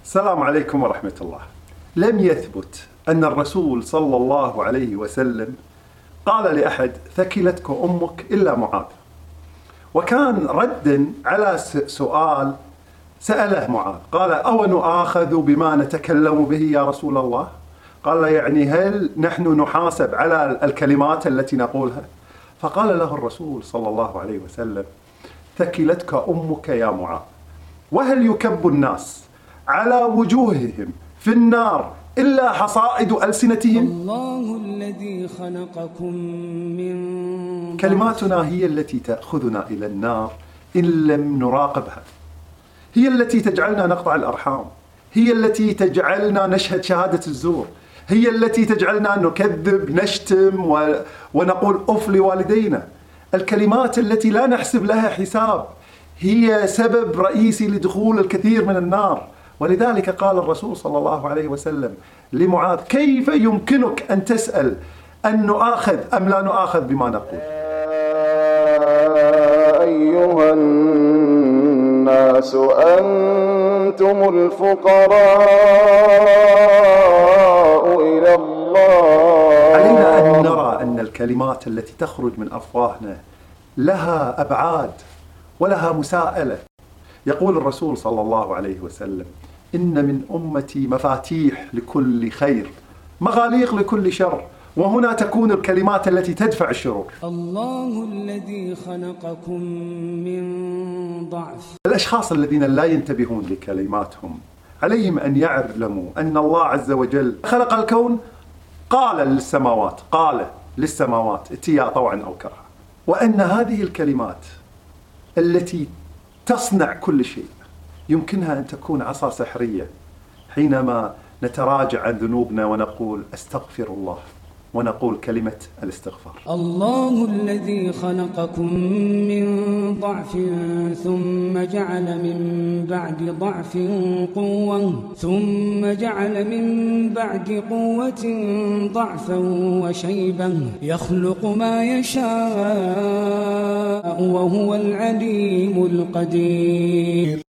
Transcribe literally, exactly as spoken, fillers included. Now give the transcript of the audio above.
السلام عليكم ورحمة الله. لم يثبت أن الرسول صلى الله عليه وسلم قال لأحد ثكلتك أمك إلا معاذ. وكان ردا على سؤال سأله معاذ قال: أو نؤاخذ بما نتكلم به يا رسول الله؟ قال: يعني هل نحن نحاسب على الكلمات التي نقولها؟ فقال له الرسول صلى الله عليه وسلم: ثكلتك أمك يا معاذ. وهل يكب الناس على وجوههم في النار إلا حصائد ألسنتهم؟ الله الذي خلقكم من كلماتنا هي التي تأخذنا إلى النار إن لم نراقبها، هي التي تجعلنا نقطع الأرحام، هي التي تجعلنا نشهد شهادة الزور، هي التي تجعلنا نكذب، نشتم و... ونقول أف لوالدينا. الكلمات التي لا نحسب لها حساب هي سبب رئيسي لدخول الكثير من النار. ولذلك قال الرسول صلى الله عليه وسلم لمعاذ: كيف يمكنك أن تسأل أن نؤاخذ أم لا نؤاخذ بما نقول؟ أيها الناس أنتم الفقراء إلى الله. علينا أن نرى أن الكلمات التي تخرج من أفواهنا لها أبعاد ولها مساءلة. يقول الرسول صلى الله عليه وسلم: إن من أمتي مفاتيح لكل خير مغاليق لكل شر. وهنا تكون الكلمات التي تدفع الشرور. الله الذي خلقكم من ضعف. الأشخاص الذين لا ينتبهون لكلماتهم عليهم أن يعلموا أن الله عز وجل خلق الكون، قال للسماوات قال للسماوات ائتيا طوعا أو كرها، وأن هذه الكلمات التي تصنع كل شيء يمكنها أن تكون عصا سحرية حينما نتراجع عن ذنوبنا ونقول أستغفر الله، ونقول كلمة الاستغفار. الله الذي خلقكم من ضعف ثم جعل من بعد ضعف قوة ثم جعل من بعد قوة ضعفا وشيبا يخلق ما يشاء وهو العليم القدير.